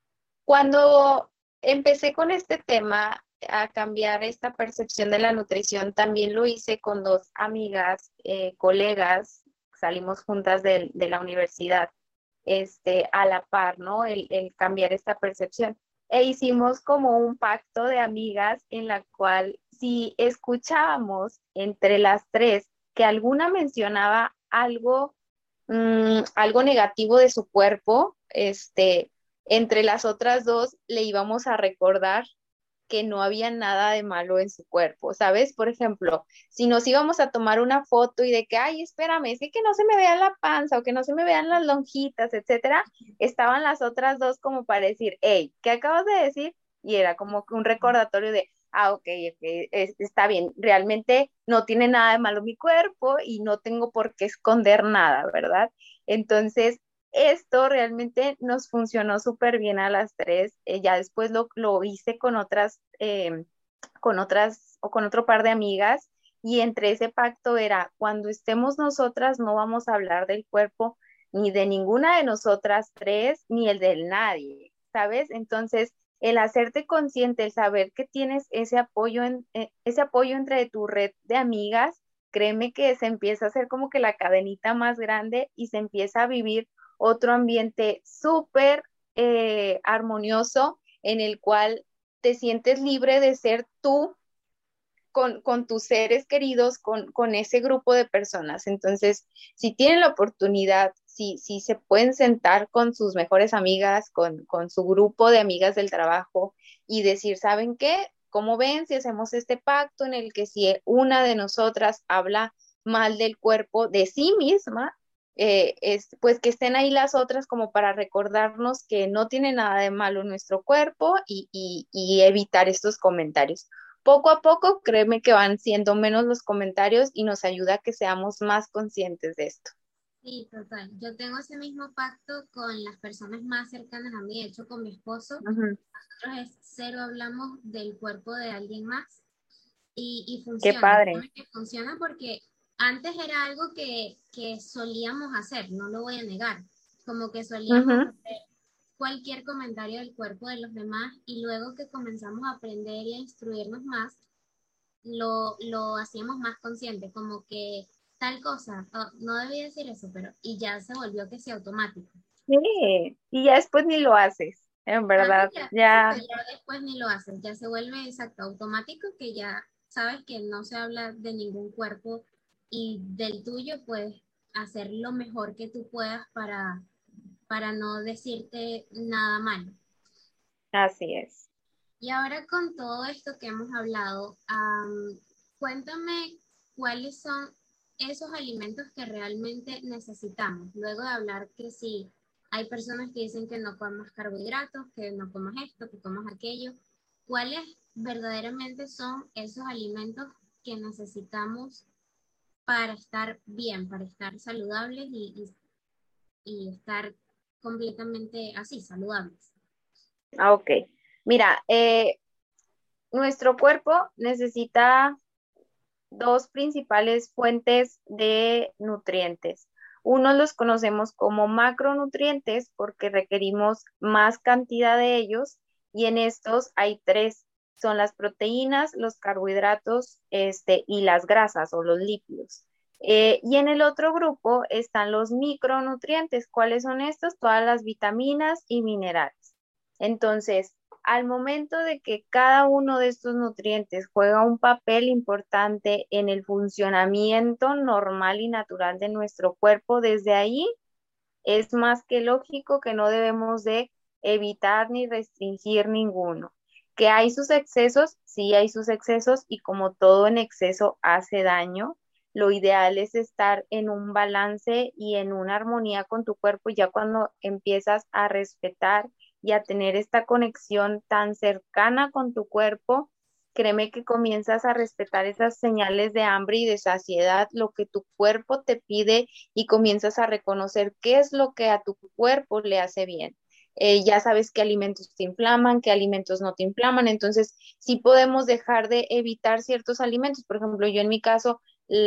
B: Cuando empecé con este tema, a cambiar esta percepción de la nutrición, también lo hice con dos amigas, colegas, salimos juntas de la universidad, a la par, ¿no? El cambiar esta percepción. E hicimos como un pacto de amigas en la cual si escuchábamos entre las tres que alguna mencionaba algo, algo negativo de su cuerpo, entre las otras dos le íbamos a recordar que no había nada de malo en su cuerpo, ¿sabes? Por ejemplo, si nos íbamos a tomar una foto y de que, ay, espérame, es que no se me vea la panza o que no se me vean las lonjitas, etcétera, estaban las otras dos como para decir, hey, ¿qué acabas de decir? Y era como que un recordatorio de, ok, está bien, realmente no tiene nada de malo mi cuerpo y no tengo por qué esconder nada, ¿verdad? Entonces, esto realmente nos funcionó súper bien a las tres. Ya después lo hice con otras o con otro par de amigas, y entre ese pacto era, cuando estemos nosotras no vamos a hablar del cuerpo ni de ninguna de nosotras tres, ni el del nadie, ¿sabes? Entonces, el hacerte consciente, el saber que tienes ese apoyo entre tu red de amigas, créeme que se empieza a hacer como que la cadenita más grande y se empieza a vivir otro ambiente súper armonioso, en el cual te sientes libre de ser tú con tus seres queridos, con ese grupo de personas. Entonces, si tienen la oportunidad, si se pueden sentar con sus mejores amigas, con su grupo de amigas del trabajo y decir, ¿saben qué? ¿cómo ven si hacemos este pacto en el que si una de nosotras habla mal del cuerpo de sí misma, pues que estén ahí las otras como para recordarnos que no tiene nada de malo nuestro cuerpo y evitar estos comentarios? Poco a poco, créeme que van siendo menos los comentarios y nos ayuda a que seamos más conscientes de esto.
A: Sí, total. Yo tengo ese mismo pacto con las personas más cercanas a mí, de hecho con mi esposo.
B: Ujú.
A: Nosotros es cero hablamos del cuerpo de alguien más y
B: Qué
A: funciona.
B: padre.
A: Créeme que funciona porque antes era algo que solíamos hacer, no lo voy a negar. Como que solíamos
B: Ujú.
A: hacer cualquier comentario del cuerpo de los demás y luego que comenzamos a aprender y a instruirnos más, lo hacíamos más consciente, como que tal cosa, oh, no debía decir eso, pero y ya se volvió que sea automático.
B: Sí, y ya después ni lo haces, en
A: Antes
B: verdad,
A: ya, exacto,
B: ya,
A: ya después ni lo haces, ya se vuelve exacto, automático que ya sabes que no se habla de ningún cuerpo y del tuyo puedes hacer lo mejor que tú puedas para no decirte nada malo.
B: así es.
A: Y ahora con todo esto que hemos hablado, cuéntame cuáles son esos alimentos que realmente necesitamos. Luego de hablar que sí, hay personas que dicen que no comas carbohidratos, que no comas esto, que comas aquello. ¿Cuáles verdaderamente son esos alimentos que necesitamos para estar bien, para estar saludables y estar completamente así, saludables?
B: Ah, ok. Mira, nuestro cuerpo necesita dos principales fuentes de nutrientes. Unos los conocemos como macronutrientes porque requerimos más cantidad de ellos y en estos hay tres. Son las proteínas, los carbohidratos, y las grasas o los lípidos. Y en el otro grupo están los micronutrientes. ¿Cuáles son estos? Todas las vitaminas y minerales. Entonces, al momento de que cada uno de estos nutrientes juega un papel importante en el funcionamiento normal y natural de nuestro cuerpo, desde ahí es más que lógico que no debemos de evitar ni restringir ninguno. Que hay sus excesos, sí hay sus excesos y como todo en exceso hace daño, lo ideal es estar en un balance y en una armonía con tu cuerpo ya cuando empiezas a respetar y a tener esta conexión tan cercana con tu cuerpo. Créeme que comienzas a respetar esas señales de hambre y de saciedad, lo que tu cuerpo te pide y comienzas a reconocer qué es lo que a tu cuerpo le hace bien. Ya sabes qué alimentos te inflaman, qué alimentos no te inflaman, entonces sí podemos dejar de evitar ciertos alimentos. Por ejemplo, yo en mi caso,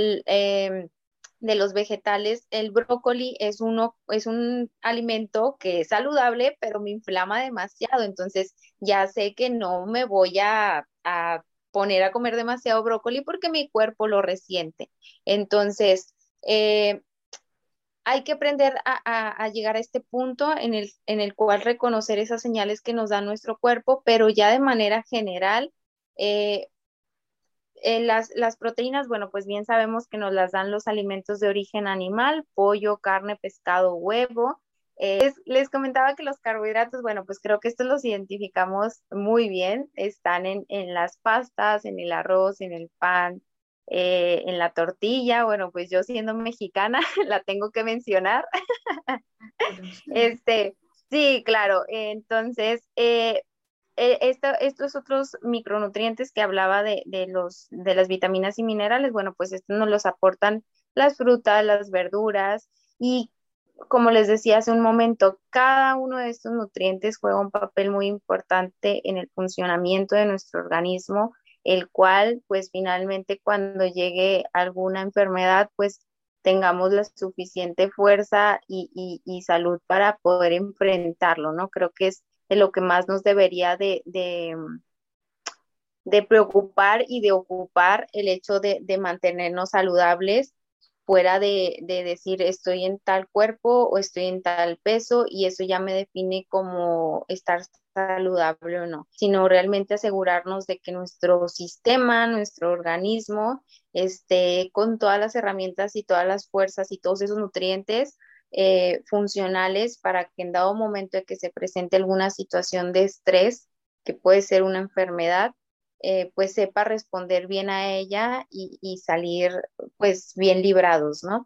B: de los vegetales, el brócoli es un alimento que es saludable, pero me inflama demasiado, entonces ya sé que no me voy a poner a comer demasiado brócoli porque mi cuerpo lo resiente. Entonces, eh, hay que aprender a llegar a este punto en el cual reconocer esas señales que nos da nuestro cuerpo, pero ya de manera general, eh, las proteínas, bueno, pues bien sabemos que nos las dan los alimentos de origen animal, pollo, carne, pescado, huevo. Les comentaba que los carbohidratos, bueno, pues creo que estos los identificamos muy bien, están en las pastas, en el arroz, en el pan, en la tortilla. Bueno, pues yo siendo mexicana la tengo que mencionar.
A: Seguro.
B: Este, sí, claro. Entonces, estos otros micronutrientes que hablaba de las vitaminas y minerales, bueno, pues estos nos los aportan las frutas, las verduras y como les decía hace un momento, cada uno de estos nutrientes juega un papel muy importante en el funcionamiento de nuestro organismo, el cual, pues finalmente cuando llegue alguna enfermedad, pues tengamos la suficiente fuerza y salud para poder enfrentarlo, ¿no? Creo que es de lo que más nos debería de preocupar y de ocupar el hecho de mantenernos saludables fuera de decir estoy en tal cuerpo o estoy en tal peso y eso ya me define como estar saludable o no, sino realmente asegurarnos de que nuestro sistema, nuestro organismo esté con todas las herramientas y todas las fuerzas y todos esos nutrientes funcionales para que en dado momento de que se presente alguna situación de estrés, que puede ser una enfermedad, pues sepa responder bien a ella y salir pues bien librados, ¿no?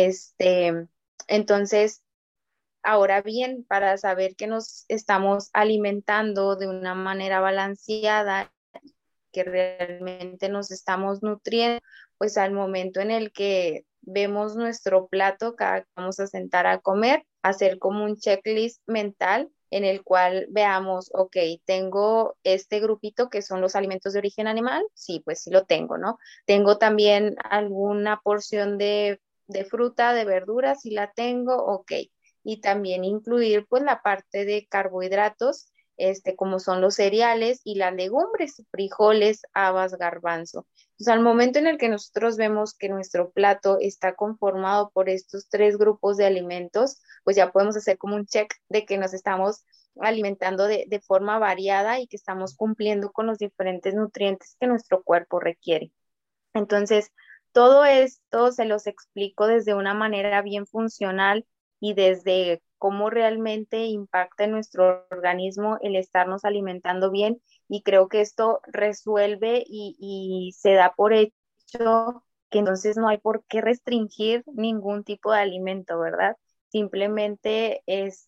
B: Entonces, ahora bien, para saber que nos estamos alimentando de una manera balanceada, que realmente nos estamos nutriendo, pues al momento en el que vemos nuestro plato, cada que vamos a sentar a comer, hacer como un checklist mental en el cual veamos, ok, tengo este grupito que son los alimentos de origen animal, sí, pues sí lo tengo, ¿no? Tengo también alguna porción de fruta, de verdura, sí la tengo, ok. Y también incluir pues la parte de carbohidratos, como son los cereales y las legumbres, frijoles, habas, garbanzo. Entonces, al momento en el que nosotros vemos que nuestro plato está conformado por estos tres grupos de alimentos, pues ya podemos hacer como un check de que nos estamos alimentando de forma variada y que estamos cumpliendo con los diferentes nutrientes que nuestro cuerpo requiere. Entonces, todo esto se los explico desde una manera bien funcional y desde cómo realmente impacta en nuestro organismo el estarnos alimentando bien, y creo que esto resuelve y se da por hecho que entonces no hay por qué restringir ningún tipo de alimento, ¿verdad? Simplemente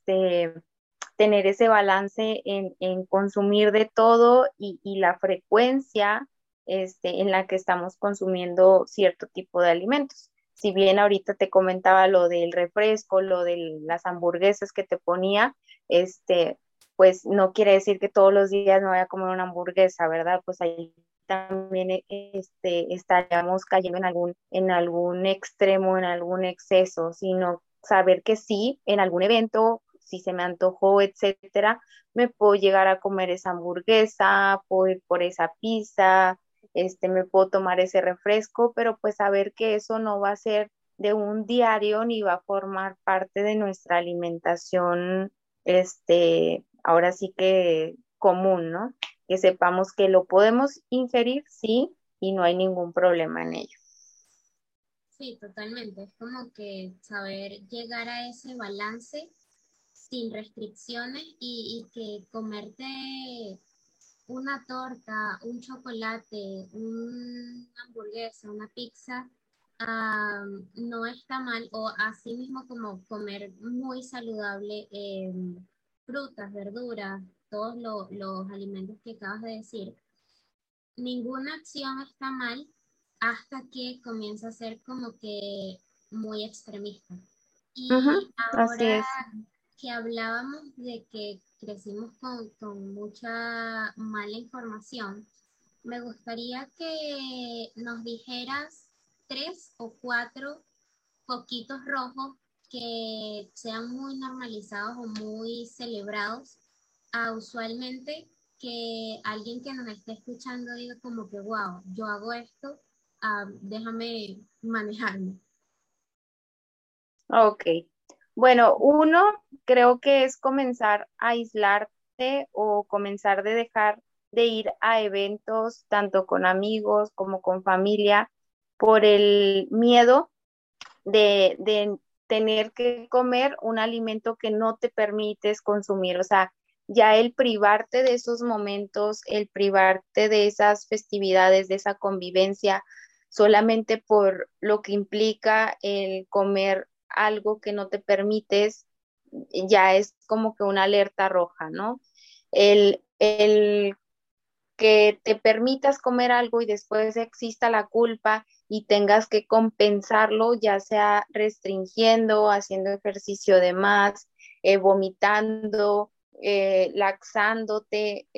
B: tener ese balance en consumir de todo y la frecuencia en la que estamos consumiendo cierto tipo de alimentos. Si bien ahorita te comentaba lo del refresco, lo de las hamburguesas que te ponía, pues no quiere decir que todos los días me voy a comer una hamburguesa, ¿verdad? Pues ahí también estaríamos cayendo en algún extremo, en algún exceso, sino saber que sí, en algún evento, si se me antojó, etcétera, me puedo llegar a comer esa hamburguesa, puedo ir por esa pizza, me puedo tomar ese refresco, pero pues saber que eso no va a ser de un diario ni va a formar parte de nuestra alimentación, ahora sí que común, ¿no? Que sepamos que lo podemos ingerir, sí, y no hay ningún problema en ello.
A: Sí, totalmente. Es como que saber llegar a ese balance sin restricciones y que comerte una torta, un chocolate, una hamburguesa, una pizza, no está mal, o así mismo como comer muy saludable, frutas, verduras, todos los alimentos que acabas de decir. Ninguna acción está mal hasta que comienza a ser como que muy extremista.
B: Ujú,
A: Y
B: así
A: ahora
B: es.
A: que hablábamos de que crecimos con mucha mala información, me gustaría que nos dijeras tres o cuatro foquitos rojos que sean muy normalizados o muy celebrados, usualmente que alguien que nos esté escuchando diga como que, wow, yo hago esto, déjame manejarme.
B: Ok. Bueno, uno creo que es comenzar a aislarte o comenzar de dejar de ir a eventos tanto con amigos como con familia por el miedo de tener que comer un alimento que no te permites consumir. O sea, ya el privarte de esos momentos, el privarte de esas festividades, de esa convivencia, solamente por lo que implica el comer algo que no te permites, ya es como que una alerta roja, ¿no? El que te permitas comer algo y después exista la culpa y tengas que compensarlo, ya sea restringiendo, haciendo ejercicio de más, vomitando, laxándote,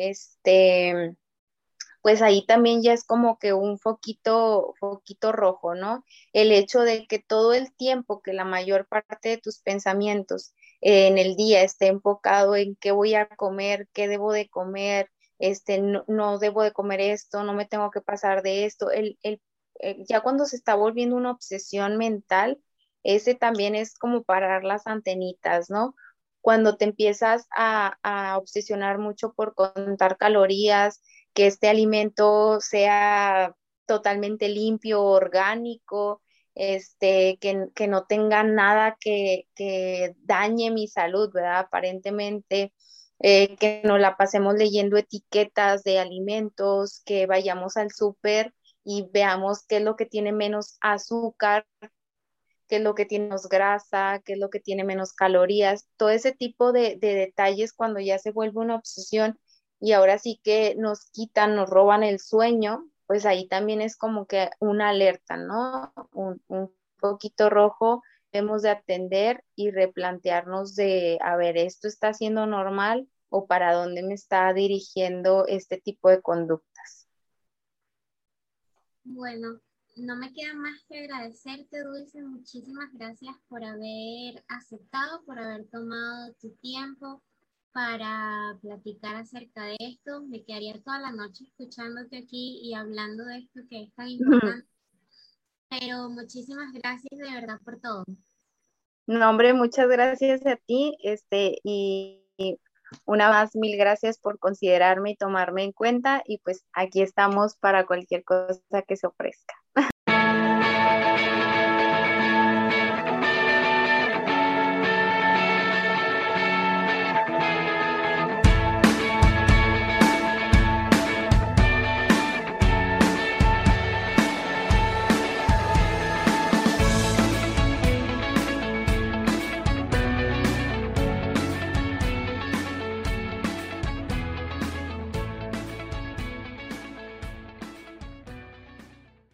B: pues ahí también ya es como que un foquito rojo, ¿no? El hecho de que todo el tiempo, que la mayor parte de tus pensamientos en el día esté enfocado en qué voy a comer, qué debo de comer, no, no debo de comer esto, no me tengo que pasar de esto, ya cuando se está volviendo una obsesión mental, ese también es como parar las antenitas, ¿no? Cuando te empiezas a obsesionar mucho por contar calorías, que este alimento sea totalmente limpio, orgánico, que no tenga nada que dañe mi salud, ¿verdad? Aparentemente, que nos la pasemos leyendo etiquetas de alimentos, que vayamos al súper y veamos qué es lo que tiene menos azúcar, qué es lo que tiene menos grasa, qué es lo que tiene menos calorías, todo ese tipo de detalles cuando ya se vuelve una obsesión y ahora sí que nos quitan, nos roban el sueño, pues ahí también es como que una alerta, ¿no? Un poquito rojo, debemos de atender y replantearnos de, a ver, ¿esto está siendo normal o para dónde me está dirigiendo este tipo de conductas?
A: Bueno, no me queda más que agradecerte, Dulce. Muchísimas gracias por haber aceptado, por haber tomado tu tiempo para platicar acerca de esto. Me quedaría toda la noche escuchándote aquí y hablando de esto que es tan importante. Pero muchísimas gracias de verdad por todo.
B: No, hombre, muchas gracias a ti, y una más, mil gracias por considerarme y tomarme en cuenta, y pues aquí estamos para cualquier cosa que se ofrezca.